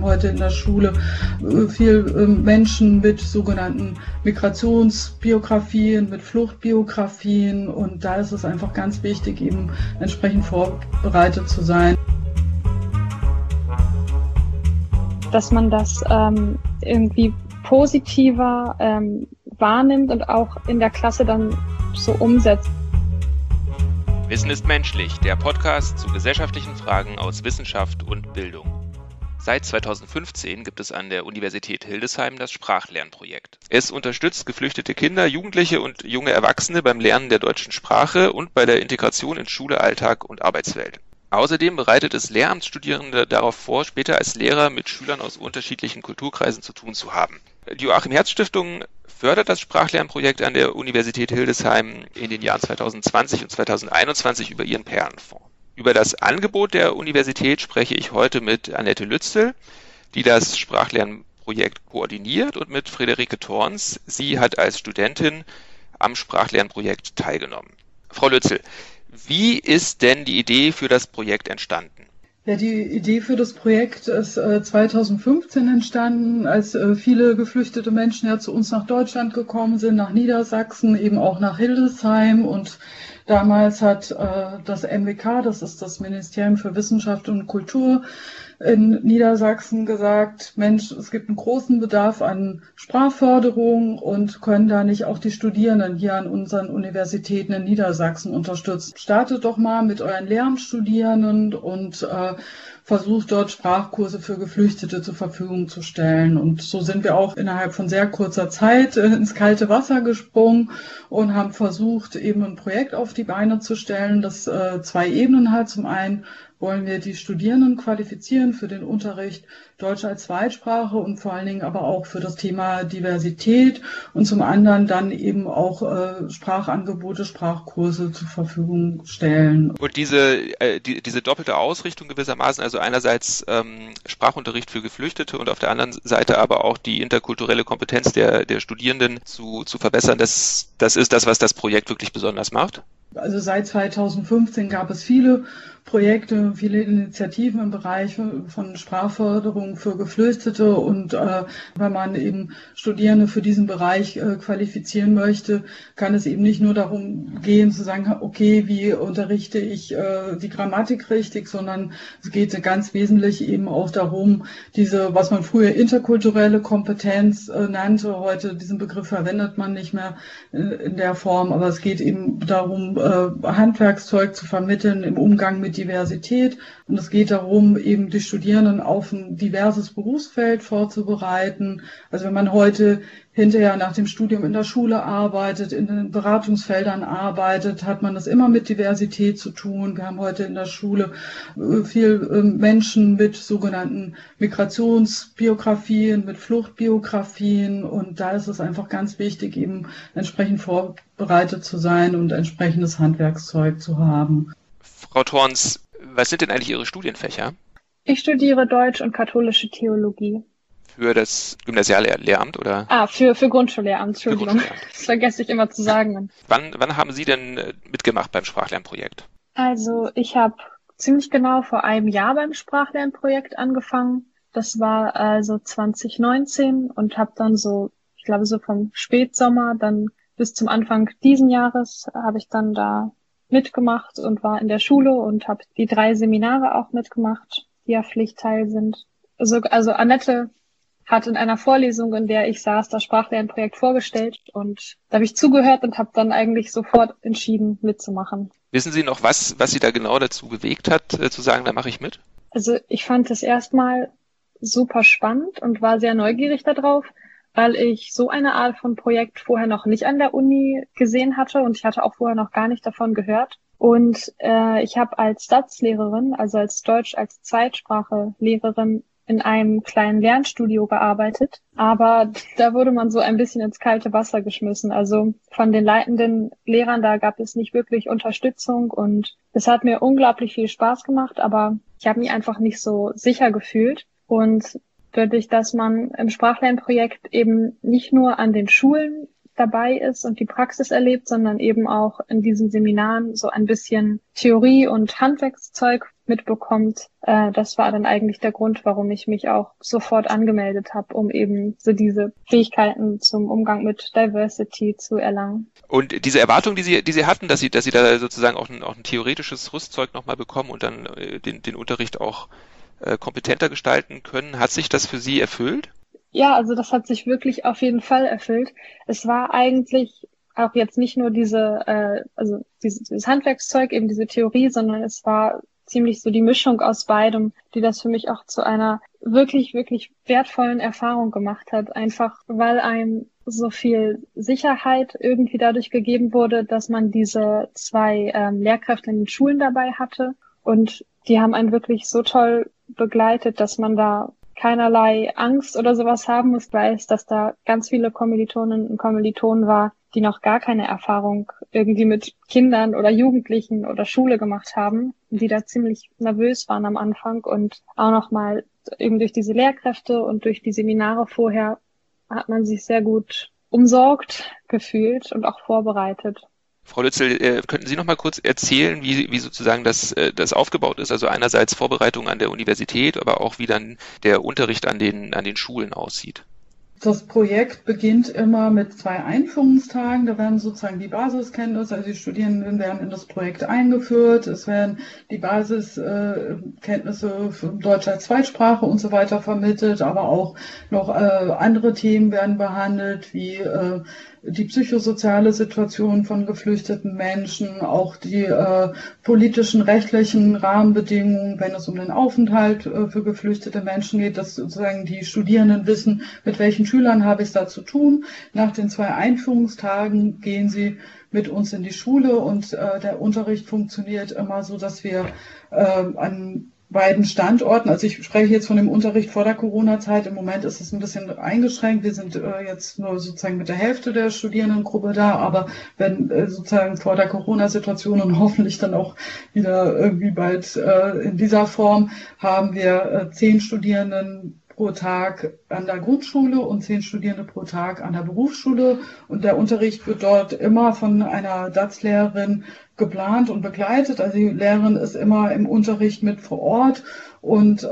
heute in der Schule viel Menschen mit sogenannten Migrationsbiografien, mit Fluchtbiografien, und da ist es einfach ganz wichtig, eben entsprechend vorbereitet zu sein. Dass man das irgendwie positiver wahrnimmt und auch in der Klasse dann so umsetzt. Wissen ist menschlich, der Podcast zu gesellschaftlichen Fragen aus Wissenschaft und Bildung. Seit 2015 gibt es an der Universität Hildesheim das Sprachlernprojekt. Es unterstützt geflüchtete Kinder, Jugendliche und junge Erwachsene beim Lernen der deutschen Sprache und bei der Integration in Schule, Alltag und Arbeitswelt. Außerdem bereitet es Lehramtsstudierende darauf vor, später als Lehrer mit Schülern aus unterschiedlichen Kulturkreisen zu tun zu haben. Die Joachim-Herz-Stiftung fördert das Sprachlernprojekt an der Universität Hildesheim in den Jahren 2020 und 2021 über ihren Perlenfonds. Über das Angebot der Universität spreche ich heute mit Annette Lützel, die das Sprachlernprojekt koordiniert, und mit Friederike Thorns. Sie hat als Studentin am Sprachlernprojekt teilgenommen. Frau Lützel, wie ist denn die Idee für das Projekt entstanden? Ja, die Idee für das Projekt ist 2015 entstanden, als viele geflüchtete Menschen ja zu uns nach Deutschland gekommen sind, nach Niedersachsen, eben auch nach Hildesheim. Und damals hat das MWK, das ist das Ministerium für Wissenschaft und Kultur in Niedersachsen, gesagt, Mensch, es gibt einen großen Bedarf an Sprachförderung, und können da nicht auch die Studierenden hier an unseren Universitäten in Niedersachsen unterstützen. Startet doch mal mit euren Lehramtsstudierenden und versucht dort Sprachkurse für Geflüchtete zur Verfügung zu stellen. Und so sind wir auch innerhalb von sehr kurzer Zeit ins kalte Wasser gesprungen und haben versucht, eben ein Projekt auf die Beine zu stellen, das zwei Ebenen hat. Zum einen wollen wir die Studierenden qualifizieren für den Unterricht Deutsch als Zweitsprache und vor allen Dingen aber auch für das Thema Diversität, und zum anderen dann eben auch Sprachangebote, Sprachkurse zur Verfügung stellen. Und diese doppelte Ausrichtung gewissermaßen, also einerseits Sprachunterricht für Geflüchtete und auf der anderen Seite aber auch die interkulturelle Kompetenz der Studierenden zu verbessern, das ist das, was das Projekt wirklich besonders macht? Also seit 2015 gab es viele Projekte, viele Initiativen im Bereich von Sprachförderung für Geflüchtete, und wenn man eben Studierende für diesen Bereich qualifizieren möchte, kann es eben nicht nur darum gehen zu sagen, okay, wie unterrichte ich die Grammatik richtig, sondern es geht ganz wesentlich eben auch darum, diese, was man früher interkulturelle Kompetenz nannte, heute diesen Begriff verwendet man nicht mehr in der Form, aber es geht eben darum, Handwerkszeug zu vermitteln im Umgang mit Diversität, und es geht darum, eben die Studierenden auf ein diverses Berufsfeld vorzubereiten. Also wenn man heute hinterher nach dem Studium in der Schule arbeitet, in den Beratungsfeldern arbeitet, hat man das immer mit Diversität zu tun. Wir haben heute in der Schule viel Menschen mit sogenannten Migrationsbiografien, mit Fluchtbiografien, und da ist es einfach ganz wichtig, eben entsprechend vorbereitet zu sein und entsprechendes Handwerkszeug zu haben. Frau Thorns, was sind denn eigentlich Ihre Studienfächer? Ich studiere Deutsch und katholische Theologie. Für das gymnasiale Lehramt, oder? Für Grundschullehramt, Entschuldigung. Das vergesse ich immer zu sagen. Wann haben Sie denn mitgemacht beim Sprachlernprojekt? Also ich habe ziemlich genau vor einem Jahr beim Sprachlernprojekt angefangen. Das war also 2019 und habe dann ich glaube so vom Spätsommer dann bis zum Anfang diesen Jahres habe ich dann da mitgemacht und war in der Schule und habe die 3 Seminare auch mitgemacht, die ja Pflichtteil sind. Also Annette hat in einer Vorlesung, in der ich saß, das Sprachlernprojekt vorgestellt, und da habe ich zugehört und habe dann eigentlich sofort entschieden, mitzumachen. Wissen Sie noch, was Sie da genau dazu bewegt hat, zu sagen, da mache ich mit? Also ich fand es erstmal super spannend und war sehr neugierig darauf, weil ich so eine Art von Projekt vorher noch nicht an der Uni gesehen hatte, und ich hatte auch vorher noch gar nicht davon gehört. Und ich habe als STATS-Lehrerin, also als Deutsch als Zweitsprache-Lehrerin, in einem kleinen Lernstudio gearbeitet, aber da wurde man so ein bisschen ins kalte Wasser geschmissen. Also von den leitenden Lehrern, da gab es nicht wirklich Unterstützung, und es hat mir unglaublich viel Spaß gemacht, aber ich habe mich einfach nicht so sicher gefühlt. Und dadurch, dass man im Sprachlernprojekt eben nicht nur an den Schulen dabei ist und die Praxis erlebt, sondern eben auch in diesen Seminaren so ein bisschen Theorie und Handwerkszeug mitbekommt. Das war dann eigentlich der Grund, warum ich mich auch sofort angemeldet habe, um eben so diese Fähigkeiten zum Umgang mit Diversity zu erlangen. Und diese Erwartung, die Sie hatten, dass Sie da sozusagen auch ein theoretisches Rüstzeug nochmal bekommen und dann den Unterricht auch kompetenter gestalten können, hat sich das für Sie erfüllt? Ja, also das hat sich wirklich auf jeden Fall erfüllt. Es war eigentlich auch jetzt nicht nur dieses Handwerkszeug, eben diese Theorie, sondern es war ziemlich so die Mischung aus beidem, die das für mich auch zu einer wirklich, wirklich wertvollen Erfahrung gemacht hat. Einfach, weil einem so viel Sicherheit irgendwie dadurch gegeben wurde, dass man diese 2 Lehrkräfte in den Schulen dabei hatte. Und die haben einen wirklich so toll begleitet, dass man da keinerlei Angst oder sowas haben muss, weiß, dass da ganz viele Kommilitoninnen und Kommilitonen war, die noch gar keine Erfahrung irgendwie mit Kindern oder Jugendlichen oder Schule gemacht haben, die da ziemlich nervös waren am Anfang und auch nochmal eben durch diese Lehrkräfte und durch die Seminare vorher hat man sich sehr gut umsorgt gefühlt und auch vorbereitet. Frau Lützel, könnten Sie noch mal kurz erzählen, wie sozusagen das aufgebaut ist? Also einerseits Vorbereitung an der Universität, aber auch wie dann der Unterricht an den Schulen aussieht. Das Projekt beginnt immer mit 2 Einführungstagen. Da werden sozusagen die Basiskenntnisse, also die Studierenden werden in das Projekt eingeführt. Es werden die Basiskenntnisse für Deutsch als Zweitsprache und so weiter vermittelt, aber auch noch andere Themen werden behandelt, wie die psychosoziale Situation von geflüchteten Menschen, auch die politischen, rechtlichen Rahmenbedingungen, wenn es um den Aufenthalt für geflüchtete Menschen geht, dass sozusagen die Studierenden wissen, mit welchen Schülern habe ich es da zu tun. Nach den 2 Einführungstagen gehen sie mit uns in die Schule und der Unterricht funktioniert immer so, dass wir an beiden Standorten, also ich spreche jetzt von dem Unterricht vor der Corona-Zeit, im Moment ist es ein bisschen eingeschränkt, wir sind jetzt nur sozusagen mit der Hälfte der Studierendengruppe da, aber wenn sozusagen vor der Corona-Situation und hoffentlich dann auch wieder irgendwie bald in dieser Form, haben wir 10 Studierenden pro Tag an der Grundschule und 10 Studierende pro Tag an der Berufsschule und der Unterricht wird dort immer von einer DaZ-Lehrerin geplant und begleitet. Also die Lehrerin ist immer im Unterricht mit vor Ort und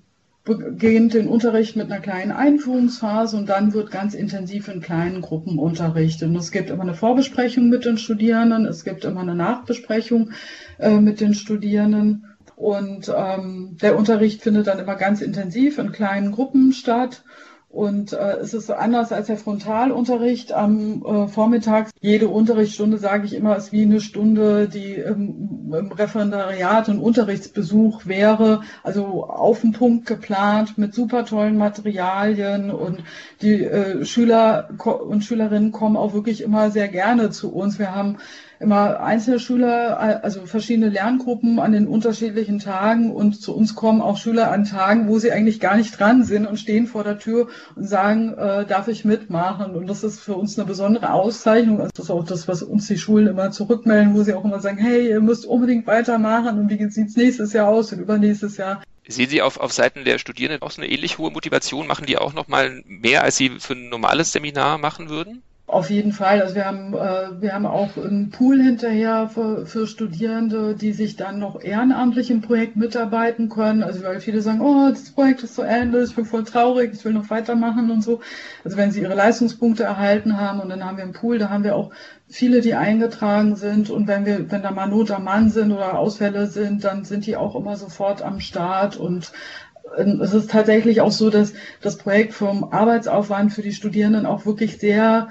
beginnt den Unterricht mit einer kleinen Einführungsphase und dann wird ganz intensiv in kleinen Gruppen unterrichtet. Und es gibt immer eine Vorbesprechung mit den Studierenden, es gibt immer eine Nachbesprechung mit den Studierenden und der Unterricht findet dann immer ganz intensiv in kleinen Gruppen statt. Und es ist so anders als der Frontalunterricht am Vormittag. Jede Unterrichtsstunde, sage ich immer, ist wie eine Stunde, die im Referendariat und Unterrichtsbesuch wäre. Also auf den Punkt geplant mit super tollen Materialien. Und die Schüler und Schülerinnen kommen auch wirklich immer sehr gerne zu uns. Wir haben immer einzelne Schüler, also verschiedene Lerngruppen an den unterschiedlichen Tagen und zu uns kommen auch Schüler an Tagen, wo sie eigentlich gar nicht dran sind und stehen vor der Tür und sagen, darf ich mitmachen? Und das ist für uns eine besondere Auszeichnung. Also das ist auch das, was uns die Schulen immer zurückmelden, wo sie auch immer sagen, hey, ihr müsst unbedingt weitermachen und wie sieht es nächstes Jahr aus und übernächstes Jahr. Sehen Sie auf Seiten der Studierenden auch so eine ähnlich hohe Motivation? Machen die auch noch mal mehr, als Sie für ein normales Seminar machen würden? Auf jeden Fall. Also wir haben auch einen Pool hinterher für Studierende, die sich dann noch ehrenamtlich im Projekt mitarbeiten können. Also weil viele sagen, oh, das Projekt ist zu Ende, ich bin voll traurig, ich will noch weitermachen und so. Also wenn sie ihre Leistungspunkte erhalten haben und dann haben wir einen Pool, da haben wir auch viele, die eingetragen sind und wenn da mal Not am Mann sind oder Ausfälle sind, dann sind die auch immer sofort am Start und es ist tatsächlich auch so, dass das Projekt vom Arbeitsaufwand für die Studierenden auch wirklich sehr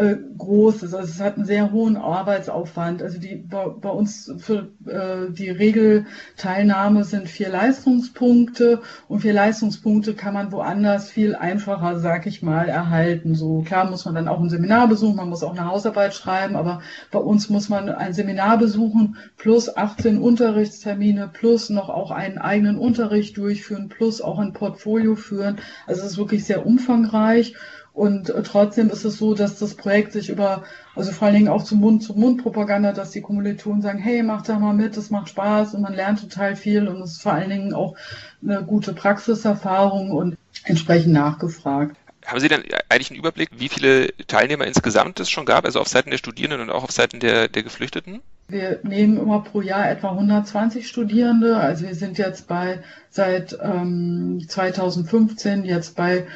groß ist. Also es hat einen sehr hohen Arbeitsaufwand. Also bei uns für die Regelteilnahme sind 4 Leistungspunkte und 4 Leistungspunkte kann man woanders viel einfacher, sag ich mal, erhalten. So klar muss man dann auch ein Seminar besuchen, man muss auch eine Hausarbeit schreiben, aber bei uns muss man ein Seminar besuchen plus 18 Unterrichtstermine plus noch auch einen eigenen Unterricht durchführen plus auch ein Portfolio führen. Also es ist wirklich sehr umfangreich. Und trotzdem ist es so, dass das Projekt sich also vor allen Dingen auch zur Mund-zu-Mund-Propaganda, dass die Kommilitonen sagen, hey, mach da mal mit, das macht Spaß und man lernt total viel und es ist vor allen Dingen auch eine gute Praxiserfahrung und entsprechend nachgefragt. Haben Sie denn eigentlich einen Überblick, wie viele Teilnehmer insgesamt es schon gab, also auf Seiten der Studierenden und auch auf Seiten der Geflüchteten? Wir nehmen immer pro Jahr etwa 120 Studierende. Also wir sind jetzt seit 2015 jetzt bei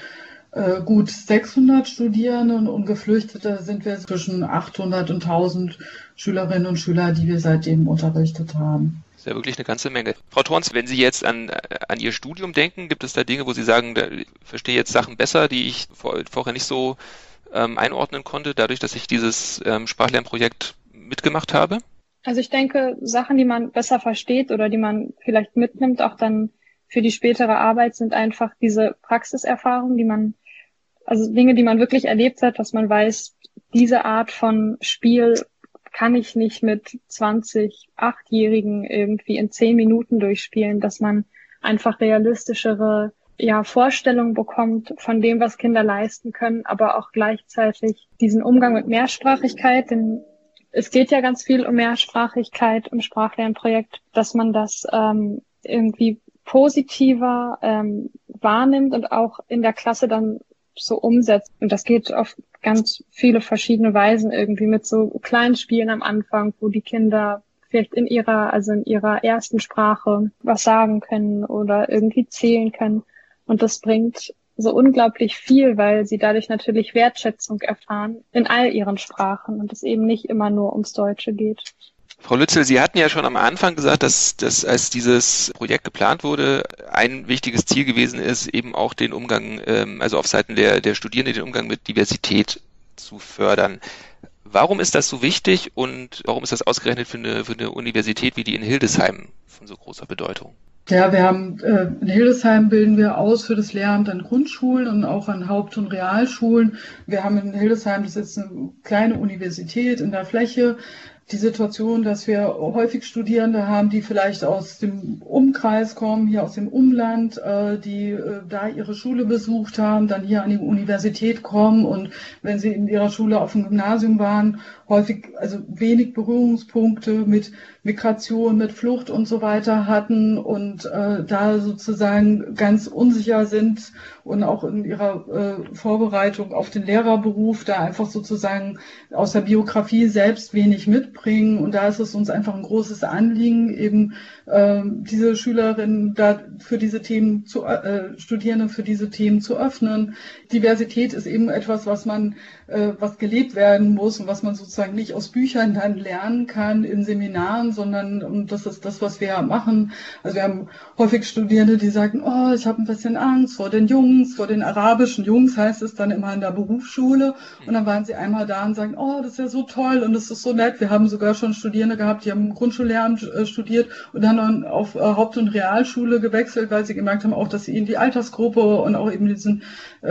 gut 600 Studierenden und Geflüchtete sind wir zwischen 800 und 1000 Schülerinnen und Schüler, die wir seitdem unterrichtet haben. Das ist ja wirklich eine ganze Menge. Frau Thorns, wenn Sie jetzt an Ihr Studium denken, gibt es da Dinge, wo Sie sagen, ich verstehe jetzt Sachen besser, die ich vorher nicht so einordnen konnte, dadurch, dass ich dieses Sprachlernprojekt mitgemacht habe? Also ich denke, Sachen, die man besser versteht oder die man vielleicht mitnimmt, auch dann für die spätere Arbeit, sind einfach diese Praxiserfahrungen, also Dinge, die man wirklich erlebt hat, dass man weiß, diese Art von Spiel kann ich nicht mit 20 Achtjährigen irgendwie in 10 Minuten durchspielen, dass man einfach realistischere Vorstellungen bekommt von dem, was Kinder leisten können, aber auch gleichzeitig diesen Umgang mit Mehrsprachigkeit, denn es geht ja ganz viel um Mehrsprachigkeit im Sprachlernprojekt, dass man das irgendwie positiver wahrnimmt und auch in der Klasse dann so umsetzt. Und das geht auf ganz viele verschiedene Weisen irgendwie mit so kleinen Spielen am Anfang, wo die Kinder vielleicht in ihrer ersten Sprache was sagen können oder irgendwie zählen können. Und das bringt so unglaublich viel, weil sie dadurch natürlich Wertschätzung erfahren in all ihren Sprachen und es eben nicht immer nur ums Deutsche geht. Frau Lützel, Sie hatten ja schon am Anfang gesagt, dass als dieses Projekt geplant wurde, ein wichtiges Ziel gewesen ist, eben auch den Umgang, also auf Seiten der Studierenden, den Umgang mit Diversität zu fördern. Warum ist das so wichtig und warum ist das ausgerechnet für eine Universität wie die in Hildesheim von so großer Bedeutung? Ja, wir haben in Hildesheim bilden wir aus für das Lehramt an Grundschulen und auch an Haupt- und Realschulen. Wir haben in Hildesheim, das ist eine kleine Universität in der Fläche, die Situation, dass wir häufig Studierende haben, die vielleicht aus dem Umkreis kommen, hier aus dem Umland, die da ihre Schule besucht haben, dann hier an die Universität kommen und wenn sie in ihrer Schule auf dem Gymnasium waren, häufig also wenig Berührungspunkte mit Migration, mit Flucht und so weiter hatten und da sozusagen ganz unsicher sind und auch in ihrer Vorbereitung auf den Lehrerberuf da einfach sozusagen aus der Biografie selbst wenig mitbringen. Und da ist es uns einfach ein großes Anliegen, eben diese Schülerinnen da für diese Themen Studierende für diese Themen zu öffnen. Diversität ist eben etwas, was gelebt werden muss und was man sozusagen nicht aus Büchern dann lernen kann in Seminaren, sondern und das ist das, was wir machen. Also wir haben häufig Studierende, die sagen, oh, ich habe ein bisschen Angst vor den Jungs, vor den arabischen Jungs, heißt es dann immer in der Berufsschule. Und dann waren sie einmal da und sagen, oh, das ist ja so toll und das ist so nett. Wir haben sogar schon Studierende gehabt, die haben Grundschullehramt studiert und dann auf Haupt- und Realschule gewechselt, weil sie gemerkt haben, auch, dass sie in die Altersgruppe und auch eben diesen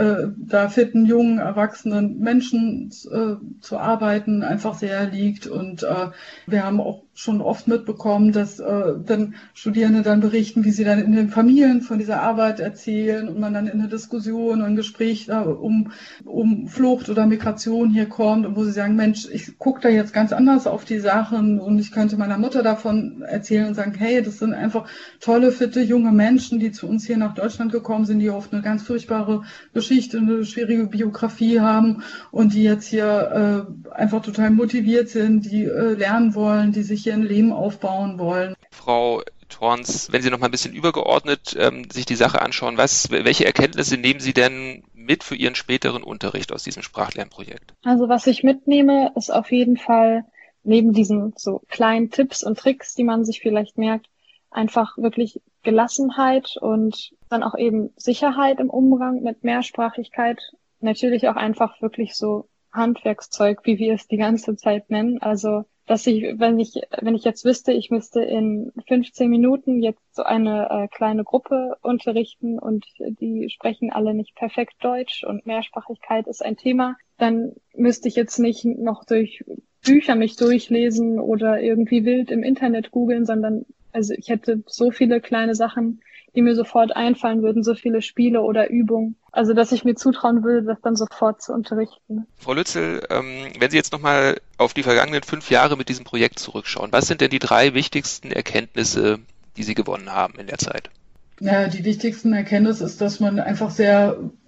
da fitten, jungen, erwachsenen Menschen zu arbeiten einfach sehr liegt. Und wir haben auch schon oft mitbekommen, dass dann Studierende dann berichten, wie sie dann in den Familien von dieser Arbeit erzählen und man dann in eine Diskussion und ein Gespräch um Flucht oder Migration hier kommt und wo sie sagen, Mensch, ich gucke da jetzt ganz anders auf die Sachen und ich könnte meiner Mutter davon erzählen und sagen, hey, das sind einfach tolle, fitte, junge Menschen, die zu uns hier nach Deutschland gekommen sind, die oft eine ganz furchtbare Geschichte, eine schwierige Biografie haben und die jetzt hier einfach total motiviert sind, die lernen wollen, die sich hier ein Leben aufbauen wollen. Frau Thorns, wenn Sie noch mal ein bisschen übergeordnet sich die Sache anschauen, welche Erkenntnisse nehmen Sie denn mit für Ihren späteren Unterricht aus diesem Sprachlernprojekt? Also was ich mitnehme, ist auf jeden Fall neben diesen so kleinen Tipps und Tricks, die man sich vielleicht merkt, einfach wirklich Gelassenheit und dann auch eben Sicherheit im Umgang mit Mehrsprachigkeit. Natürlich auch einfach wirklich so Handwerkszeug, wie wir es die ganze Zeit nennen. Also, dass wenn ich jetzt wüsste, ich müsste in 15 Minuten jetzt so eine kleine Gruppe unterrichten und die sprechen alle nicht perfekt Deutsch und Mehrsprachigkeit ist ein Thema, dann müsste ich jetzt nicht noch durch Bücher mich durchlesen oder irgendwie wild im Internet googeln, sondern also ich hätte so viele kleine Sachen, die mir sofort einfallen würden, so viele Spiele oder Übungen. Also, dass ich mir zutrauen würde, das dann sofort zu unterrichten. Frau Lützel, wenn Sie jetzt nochmal auf die vergangenen 5 Jahre mit diesem Projekt zurückschauen, was sind denn die 3 wichtigsten Erkenntnisse, die Sie gewonnen haben in der Zeit? Ja, die wichtigsten Erkenntnisse ist, dass man einfach sehr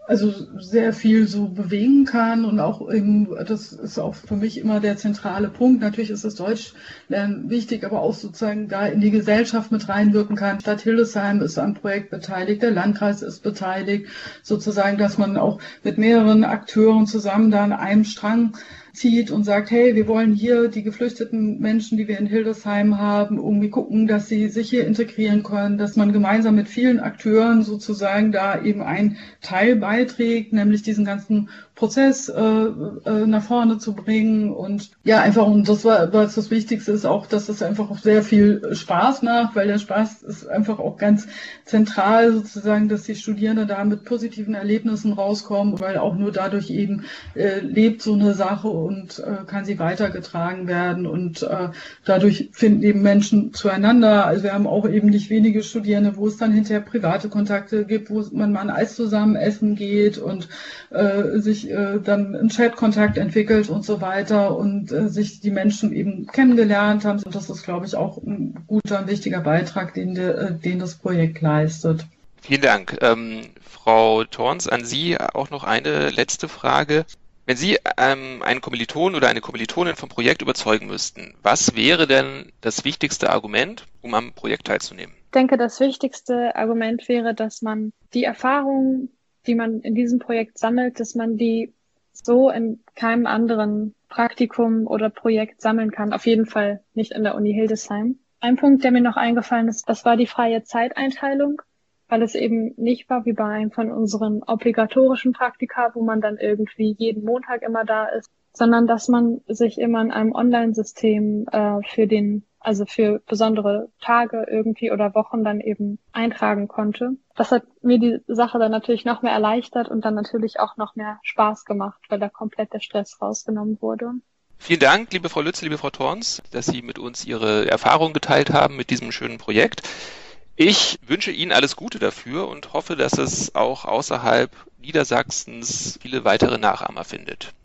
also sehr viel so bewegen kann und auch eben, das ist auch für mich immer der zentrale Punkt. Natürlich ist das Deutschlernen wichtig, aber auch sozusagen da in die Gesellschaft mit reinwirken kann. Stadt Hildesheim ist am Projekt beteiligt, der Landkreis ist beteiligt, sozusagen, dass man auch mit mehreren Akteuren zusammen da an einem Strang zieht und sagt, hey, wir wollen hier die geflüchteten Menschen, die wir in Hildesheim haben, irgendwie gucken, dass sie sich hier integrieren können, dass man gemeinsam mit vielen Akteuren sozusagen da eben einen Teil beiträgt, nämlich diesen ganzen Prozess nach vorne zu bringen und ja, einfach, und das war, was das Wichtigste ist auch, dass es einfach auch sehr viel Spaß macht, weil der Spaß ist einfach auch ganz zentral sozusagen, dass die Studierenden da mit positiven Erlebnissen rauskommen, weil auch nur dadurch eben lebt so eine Sache und kann sie weitergetragen werden und dadurch finden eben Menschen zueinander. Also wir haben auch eben nicht wenige Studierende, wo es dann hinterher private Kontakte gibt, wo man mal ein Eis zusammen essen geht und sich dann ein Chatkontakt entwickelt und so weiter und sich die Menschen eben kennengelernt haben. Und das ist, glaube ich, auch ein guter, wichtiger Beitrag, den das Projekt leistet. Vielen Dank. Frau Thorns, an Sie auch noch eine letzte Frage. Wenn Sie einen Kommiliton oder eine Kommilitonin vom Projekt überzeugen müssten, was wäre denn das wichtigste Argument, um am Projekt teilzunehmen? Ich denke, das wichtigste Argument wäre, dass man die Erfahrungen, die man in diesem Projekt sammelt, dass man die so in keinem anderen Praktikum oder Projekt sammeln kann. Auf jeden Fall nicht an der Uni Hildesheim. Ein Punkt, der mir noch eingefallen ist, das war die freie Zeiteinteilung, weil es eben nicht war wie bei einem von unseren obligatorischen Praktika, wo man dann irgendwie jeden Montag immer da ist, sondern dass man sich immer in einem Online-System für besondere Tage irgendwie oder Wochen dann eben eintragen konnte. Das hat mir die Sache dann natürlich noch mehr erleichtert und dann natürlich auch noch mehr Spaß gemacht, weil da komplett der Stress rausgenommen wurde. Vielen Dank, liebe Frau Lütze, liebe Frau Thorns, dass Sie mit uns Ihre Erfahrungen geteilt haben mit diesem schönen Projekt. Ich wünsche Ihnen alles Gute dafür und hoffe, dass es auch außerhalb Niedersachsens viele weitere Nachahmer findet.